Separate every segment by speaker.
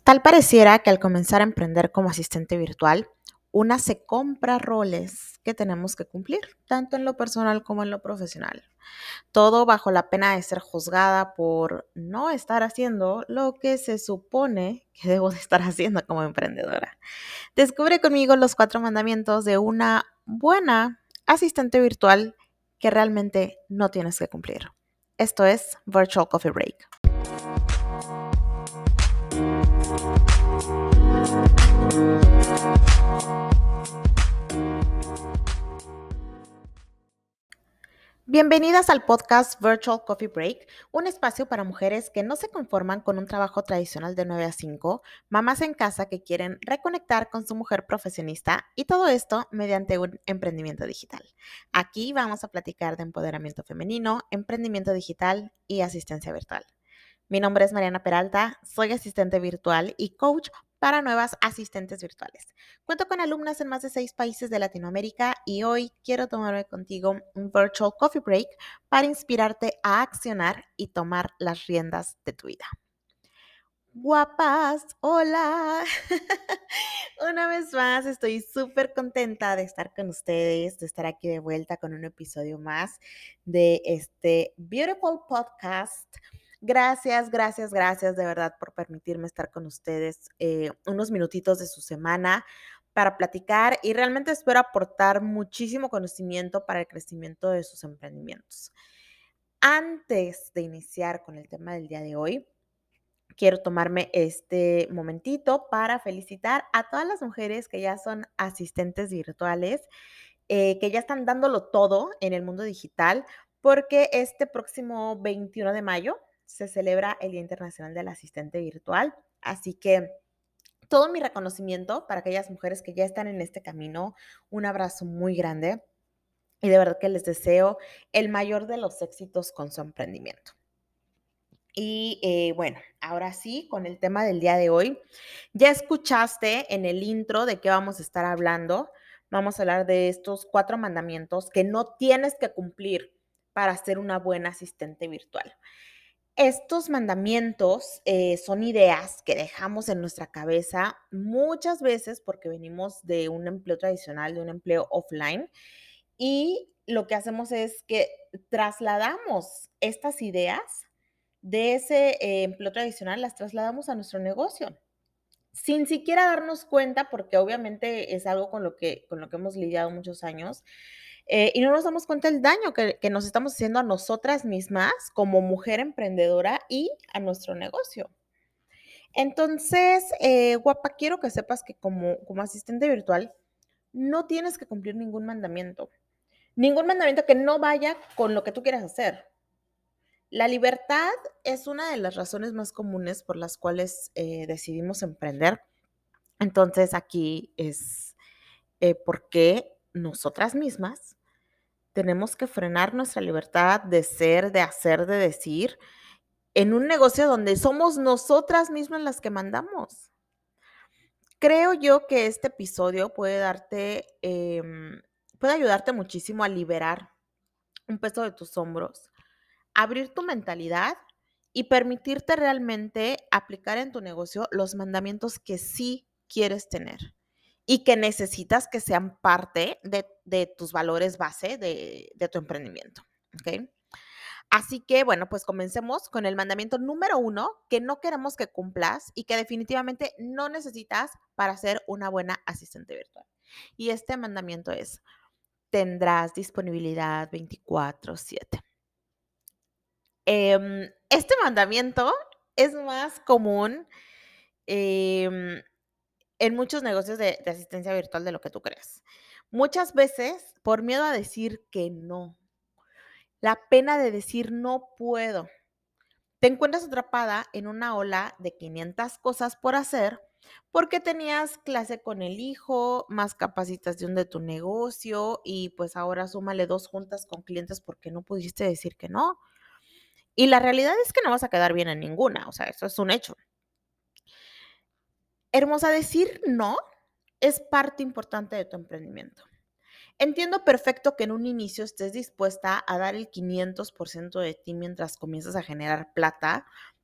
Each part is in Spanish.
Speaker 1: Tal pareciera que al comenzar a emprender como asistente virtual, una se compra roles que tenemos que cumplir, tanto en lo personal como en lo profesional. Todo bajo la pena de ser juzgada por no estar haciendo lo que se supone que debo de estar haciendo como emprendedora. Descubre conmigo los 4 mandamientos de una buena asistente virtual que realmente no tienes que cumplir. Esto es Virtual Coffee Break. Bienvenidas al podcast Virtual Coffee Break, un espacio para mujeres que no se conforman con un trabajo tradicional de 9 a 5, mamás en casa que quieren reconectar con su mujer profesionista y todo esto mediante un emprendimiento digital. Aquí vamos a platicar de empoderamiento femenino, emprendimiento digital y asistencia virtual. Mi nombre es Mariana Peralta, soy asistente virtual y coach para nuevas asistentes virtuales. Cuento con alumnas en más de 6 países de Latinoamérica y hoy quiero tomarme contigo un virtual coffee break para inspirarte a accionar y tomar las riendas de tu vida. Guapas, hola. Una vez más, estoy súper contenta de estar con ustedes, de estar aquí de vuelta con un episodio más de este Beautiful Podcast. Gracias de verdad por permitirme estar con ustedes unos minutitos de su semana para platicar y realmente espero aportar muchísimo conocimiento para el crecimiento de sus emprendimientos. Antes de iniciar con el tema del día de hoy, quiero tomarme este momentito para felicitar a todas las mujeres que ya son asistentes virtuales, que ya están dándolo todo en el mundo digital, porque este próximo 21 de mayo se celebra el Día Internacional del Asistente Virtual. Así que todo mi reconocimiento para aquellas mujeres que ya están en este camino, un abrazo muy grande y de verdad que les deseo el mayor de los éxitos con su emprendimiento. Y bueno, ahora sí, con el tema del día de hoy, ya escuchaste en el intro de qué vamos a estar hablando. Vamos a hablar de estos 4 mandamientos que no tienes que cumplir para ser una buena asistente virtual. Estos mandamientos son ideas que dejamos en nuestra cabeza muchas veces porque venimos de un empleo tradicional, de un empleo offline, y lo que hacemos es que trasladamos estas ideas de ese empleo tradicional, las trasladamos a nuestro negocio, sin siquiera darnos cuenta, porque obviamente es algo con lo que hemos lidiado muchos años, y no nos damos cuenta del daño que nos estamos haciendo a nosotras mismas como mujer emprendedora y a nuestro negocio. Entonces, guapa, quiero que sepas que como asistente virtual no tienes que cumplir ningún mandamiento que no vaya con lo que tú quieras hacer. La libertad es una de las razones más comunes por las cuales decidimos emprender. Entonces aquí es por qué nosotras mismas tenemos que frenar nuestra libertad de ser, de hacer, de decir, en un negocio donde somos nosotras mismas las que mandamos. Creo yo que este episodio puede ayudarte muchísimo a liberar un peso de tus hombros, abrir tu mentalidad y permitirte realmente aplicar en tu negocio los mandamientos que sí quieres tener y que necesitas que sean parte de tus valores base de tu emprendimiento. ¿Ok? Así que, bueno, pues comencemos con el mandamiento número 1 que no queremos que cumplas y que definitivamente no necesitas para ser una buena asistente virtual. Y este mandamiento es, tendrás disponibilidad 24/7. Este mandamiento es más común em, en muchos negocios de asistencia virtual de lo que tú crees. Muchas veces, por miedo a decir que no, la pena de decir no puedo, te encuentras atrapada en una ola de 500 cosas por hacer porque tenías clase con el hijo, más capacitación de tu negocio y pues ahora súmale 2 juntas con clientes porque no pudiste decir que no. Y la realidad es que no vas a quedar bien en ninguna, o sea, eso es un hecho. Hermosa, decir no es parte importante de tu emprendimiento. Entiendo perfecto que en un inicio estés dispuesta a dar el 500% de ti mientras comienzas a generar plata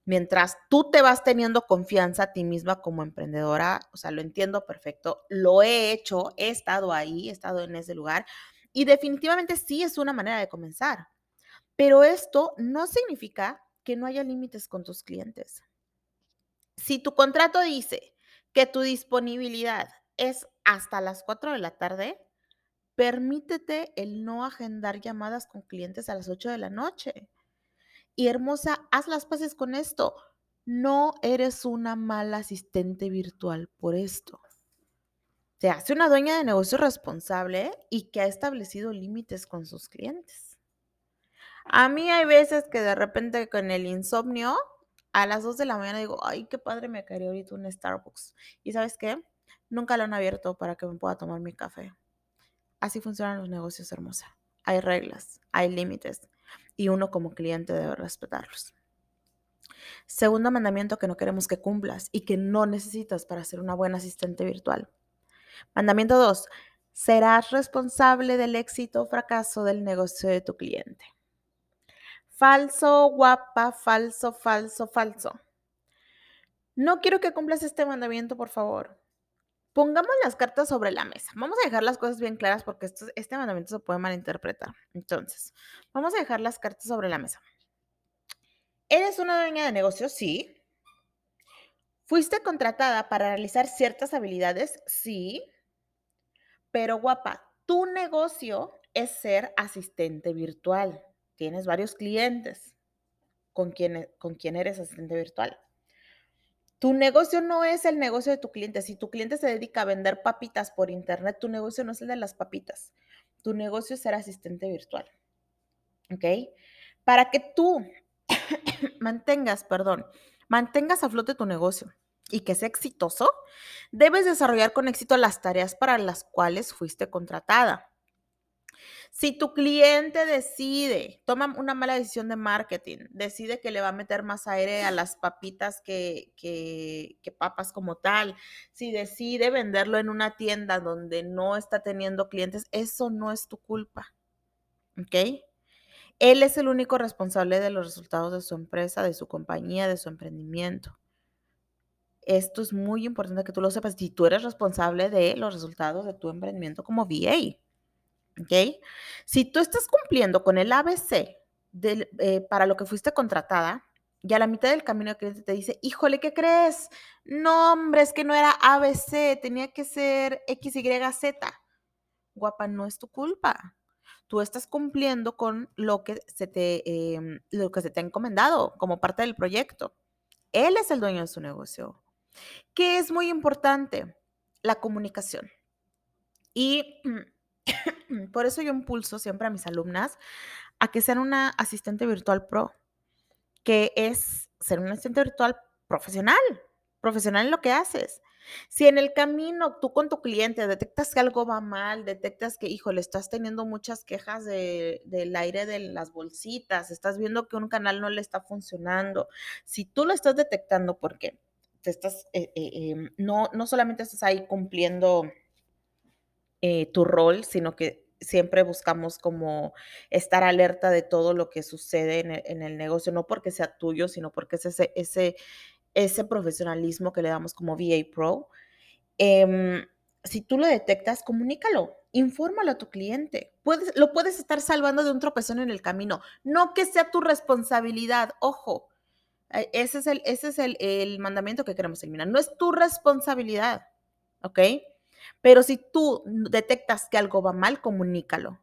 Speaker 1: Mientras tú te vas teniendo confianza a ti misma como emprendedora, o sea, lo entiendo perfecto, lo he hecho, he estado ahí, he estado en ese lugar y definitivamente sí es una manera de comenzar. Pero esto no significa que no haya límites con tus clientes. Si tu contrato dice que tu disponibilidad es hasta las 4 de la tarde, permítete el no agendar llamadas con clientes a las 8 de la noche. Y hermosa, haz las paces con esto. No eres una mala asistente virtual por esto. Te hace una dueña de negocio responsable y que ha establecido límites con sus clientes. A mí hay veces que de repente con el insomnio, a las 2 de la mañana digo, ay, qué padre me caería ahorita un Starbucks. ¿Y sabes qué? Nunca lo han abierto para que me pueda tomar mi café. Así funcionan los negocios, hermosa. Hay reglas, hay límites y uno como cliente debe respetarlos. Segundo mandamiento que no queremos que cumplas y que no necesitas para ser una buena asistente virtual. Mandamiento 2. Serás responsable del éxito o fracaso del negocio de tu cliente. Falso, guapa, falso, falso, falso. No quiero que cumplas este mandamiento, por favor. Pongamos las cartas sobre la mesa. Vamos a dejar las cosas bien claras porque este mandamiento se puede malinterpretar. Entonces, vamos a dejar las cartas sobre la mesa. ¿Eres una dueña de negocio? Sí. ¿Fuiste contratada para realizar ciertas habilidades? Sí. Pero guapa, tu negocio es ser asistente virtual. Tienes varios clientes con quien eres asistente virtual. Tu negocio no es el negocio de tu cliente. Si tu cliente se dedica a vender papitas por internet, tu negocio no es el de las papitas. Tu negocio es ser asistente virtual. ¿Ok? Para que tú mantengas a flote tu negocio y que sea exitoso, debes desarrollar con éxito las tareas para las cuales fuiste contratada. Si tu cliente toma una mala decisión de marketing, decide que le va a meter más aire a las papitas que papas como tal, si decide venderlo en una tienda donde no está teniendo clientes, eso no es tu culpa, ¿ok? Él es el único responsable de los resultados de su empresa, de su compañía, de su emprendimiento. Esto es muy importante que tú lo sepas. Si tú eres responsable de los resultados de tu emprendimiento como VA. ¿Ok? Si tú estás cumpliendo con el ABC para lo que fuiste contratada, y a la mitad del camino el cliente te dice, híjole, ¿qué crees? No, hombre, es que no era ABC, tenía que ser XYZ. Guapa, no es tu culpa. Tú estás cumpliendo con lo que se te ha encomendado como parte del proyecto. Él es el dueño de su negocio. ¿Qué es muy importante? La comunicación. Y por eso yo impulso siempre a mis alumnas a que sean una asistente virtual pro, que es ser una asistente virtual profesional, profesional en lo que haces. Si en el camino tú con tu cliente detectas que algo va mal, detectas que, híjole, estás teniendo muchas quejas del aire de las bolsitas, estás viendo que un canal no le está funcionando, si tú lo estás detectando porque no solamente estás ahí cumpliendo tu rol, sino que siempre buscamos como estar alerta de todo lo que sucede en el negocio, no porque sea tuyo, sino porque es ese profesionalismo que le damos como VA Pro. Si tú lo detectas, comunícalo, infórmalo a tu cliente. Lo puedes estar salvando de un tropezón en el camino, no que sea tu responsabilidad, ojo. Ese es el mandamiento que queremos eliminar. No es tu responsabilidad, ¿ok? Pero si tú detectas que algo va mal, comunícalo.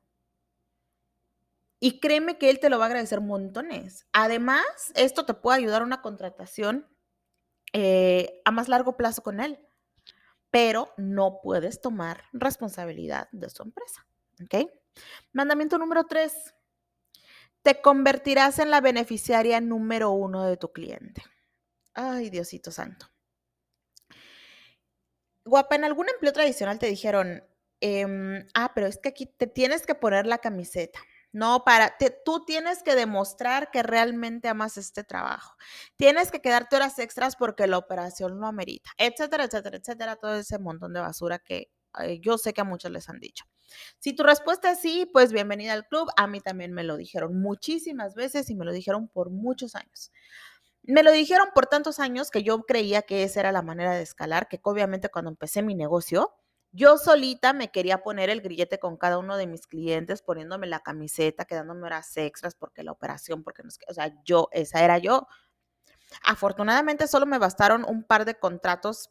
Speaker 1: Y créeme que él te lo va a agradecer montones. Además, esto te puede ayudar a una contratación a más largo plazo con él, pero no puedes tomar responsabilidad de su empresa, ¿ok? Mandamiento número 3. Te convertirás en la beneficiaria número 1 de tu cliente. Ay, Diosito santo. Guapa, en algún empleo tradicional te dijeron, pero es que aquí te tienes que poner la camiseta. No, tú tienes que demostrar que realmente amas este trabajo. Tienes que quedarte horas extras porque la operación lo amerita, etcétera, etcétera, etcétera. Todo ese montón de basura que yo sé que a muchos les han dicho. Si tu respuesta es sí, pues bienvenida al club. A mí también me lo dijeron muchísimas veces y me lo dijeron por muchos años. Me lo dijeron por tantos años que yo creía que esa era la manera de escalar, que obviamente cuando empecé mi negocio, yo solita me quería poner el grillete con cada uno de mis clientes, poniéndome la camiseta, quedándome horas extras porque la operación, porque no es que, o sea, esa era yo. Afortunadamente solo me bastaron un par de contratos,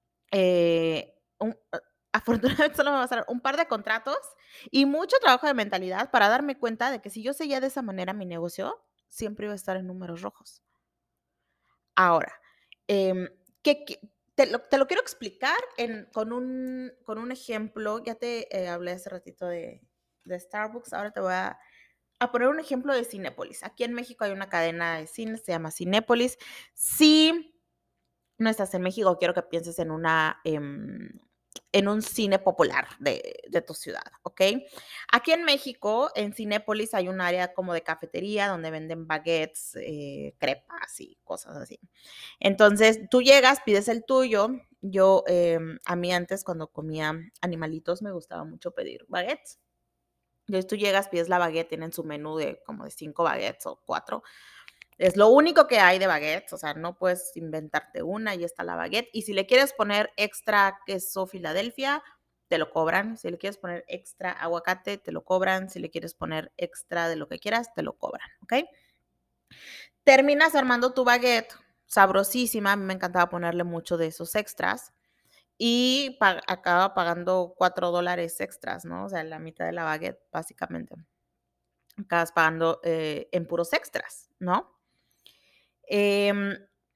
Speaker 1: afortunadamente solo me bastaron un par de contratos y mucho trabajo de mentalidad para darme cuenta de que si yo seguía de esa manera mi negocio, siempre iba a estar en números rojos. Ahora, em, ¿qué te lo quiero explicar con un ejemplo? Ya te, hablé hace ratito de Starbucks, ahora te voy a poner un ejemplo de Cinépolis. Aquí en México hay una cadena de cine, se llama Cinépolis. Si no estás en México, quiero que pienses en un cine popular de tu ciudad, ¿ok? Aquí en México, en Cinépolis, hay un área como de cafetería donde venden baguettes, crepas y cosas así. Entonces, tú llegas, pides el tuyo. Yo, a mí antes, cuando comía animalitos, me gustaba mucho pedir baguettes. Entonces, tú llegas, pides la baguette, tienen su menú de como de 5 baguettes o 4. Es lo único que hay de baguettes, o sea, no puedes inventarte una, y está la baguette. Y si le quieres poner extra queso Filadelfia, te lo cobran. Si le quieres poner extra aguacate, te lo cobran. Si le quieres poner extra de lo que quieras, te lo cobran, ¿ok? Terminas armando tu baguette, sabrosísima. A mí me encantaba ponerle mucho de esos extras. Y acaba pagando $4 extras, ¿no? O sea, la mitad de la baguette, básicamente. Acabas pagando en puros extras, ¿no? Em,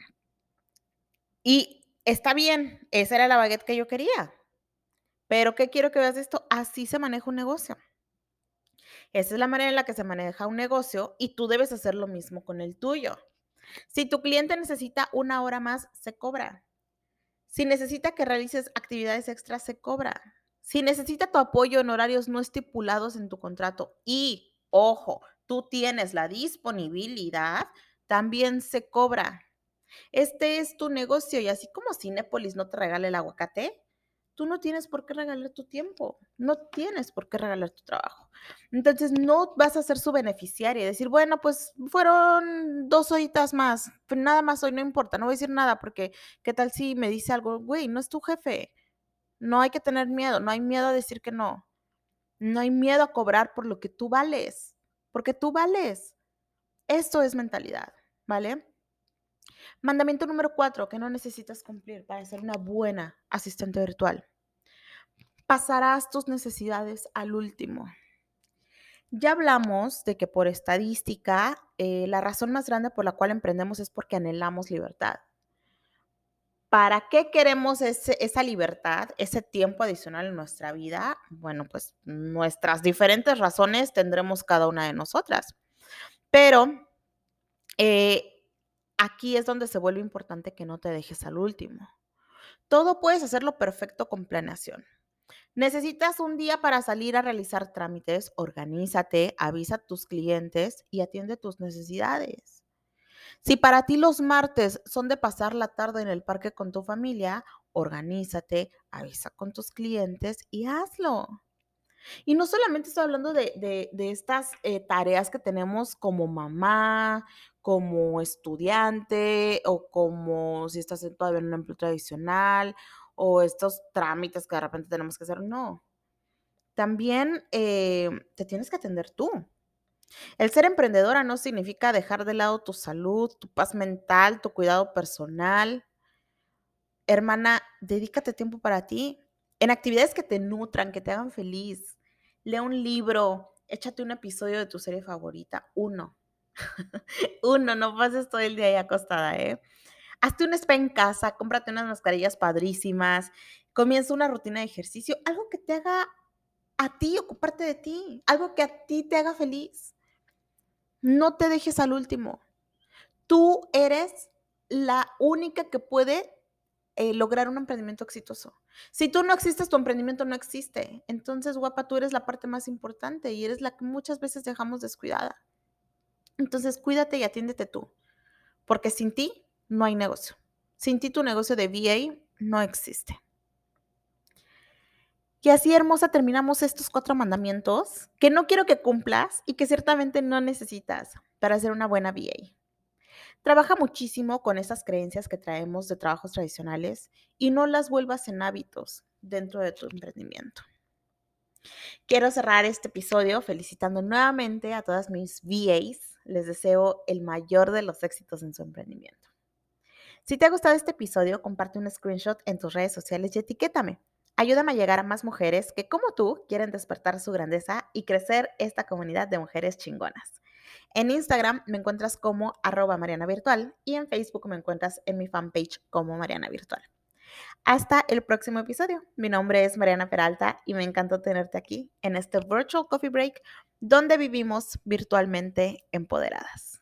Speaker 1: y está bien, esa era la baguette que yo quería. Pero ¿qué quiero que veas de esto? Así se maneja un negocio. Esa es la manera en la que se maneja un negocio y tú debes hacer lo mismo con el tuyo. Si tu cliente necesita una hora más, se cobra. Si necesita que realices actividades extras, se cobra. Si necesita tu apoyo en horarios no estipulados en tu contrato y, ojo, tú tienes la disponibilidad, también se cobra. Este es tu negocio y así como Cinépolis no te regala el aguacate, tú no tienes por qué regalar tu tiempo, no tienes por qué regalar tu trabajo. Entonces no vas a ser su beneficiaria y decir, bueno, pues fueron 2 horitas más, pero nada más hoy, no importa, no voy a decir nada porque qué tal si me dice algo, güey, no es tu jefe, no hay que tener miedo, no hay miedo a decir que no, no hay miedo a cobrar por lo que tú vales, porque tú vales. Esto es mentalidad, ¿vale? Mandamiento número 4 que no necesitas cumplir para ser una buena asistente virtual. Pasarás tus necesidades al último. Ya hablamos de que por estadística, la razón más grande por la cual emprendemos es porque anhelamos libertad. ¿Para qué queremos esa libertad, ese tiempo adicional en nuestra vida? Bueno, pues nuestras diferentes razones tendremos cada una de nosotras. Pero aquí es donde se vuelve importante que no te dejes al último. Todo puedes hacerlo perfecto con planeación. Necesitas un día para salir a realizar trámites, organízate, avisa a tus clientes y atiende tus necesidades. Si para ti los martes son de pasar la tarde en el parque con tu familia, organízate, avisa con tus clientes y hazlo. Y no solamente estoy hablando de estas tareas que tenemos como mamá, como estudiante o como si estás todavía en un empleo tradicional o estos trámites que de repente tenemos que hacer. No, también te tienes que atender tú. El ser emprendedora no significa dejar de lado tu salud, tu paz mental, tu cuidado personal. Hermana, dedícate tiempo para ti, en actividades que te nutran, que te hagan feliz. Lee un libro, échate un episodio de tu serie favorita, uno. Uno, no pases todo el día ahí acostada, ¿eh? Hazte un spa en casa, cómprate unas mascarillas padrísimas, comienza una rutina de ejercicio, algo que te haga a ti ocuparte de ti, algo que a ti te haga feliz. No te dejes al último. Tú eres la única que puede lograr un emprendimiento exitoso. Si tú no existes, tu emprendimiento no existe. Entonces, guapa, tú eres la parte más importante y eres la que muchas veces dejamos descuidada. Entonces, cuídate y atiéndete tú, porque sin ti no hay negocio. Sin ti tu negocio de VA no existe. Y así, hermosa, terminamos estos 4 mandamientos que no quiero que cumplas y que ciertamente no necesitas para ser una buena VA. Trabaja muchísimo con esas creencias que traemos de trabajos tradicionales y no las vuelvas en hábitos dentro de tu emprendimiento. Quiero cerrar este episodio felicitando nuevamente a todas mis VAs. Les deseo el mayor de los éxitos en su emprendimiento. Si te ha gustado este episodio, comparte un screenshot en tus redes sociales y etiquétame. Ayúdame a llegar a más mujeres que, como tú, quieren despertar su grandeza y crecer esta comunidad de mujeres chingonas. En Instagram me encuentras como @marianavirtual y en Facebook me encuentras en mi fanpage como Mariana Virtual. Hasta el próximo episodio. Mi nombre es Mariana Peralta y me encantó tenerte aquí en este Virtual Coffee Break donde vivimos virtualmente empoderadas.